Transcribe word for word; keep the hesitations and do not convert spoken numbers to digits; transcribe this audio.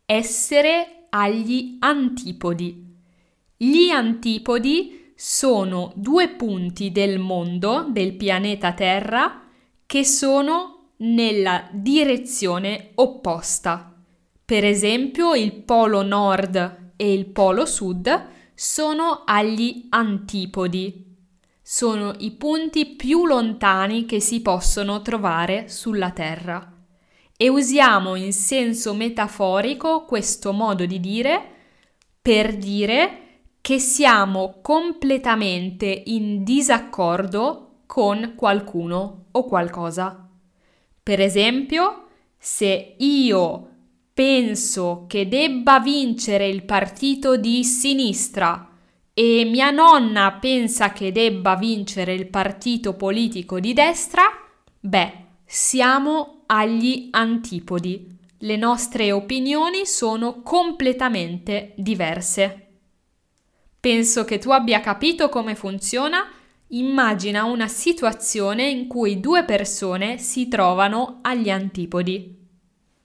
essere agli antipodi. Gli antipodi sono due punti del mondo, del pianeta Terra, che sono nella direzione opposta. Per esempio, il polo nord e il polo sud sono agli antipodi. Sono i punti più lontani che si possono trovare sulla Terra. E usiamo in senso metaforico questo modo di dire per dire che siamo completamente in disaccordo con qualcuno o qualcosa. Per esempio, se io penso che debba vincere il partito di sinistra e mia nonna pensa che debba vincere il partito politico di destra, beh, siamo agli antipodi. Le nostre opinioni sono completamente diverse. Penso che tu abbia capito come funziona. Immagina una situazione in cui due persone si trovano agli antipodi.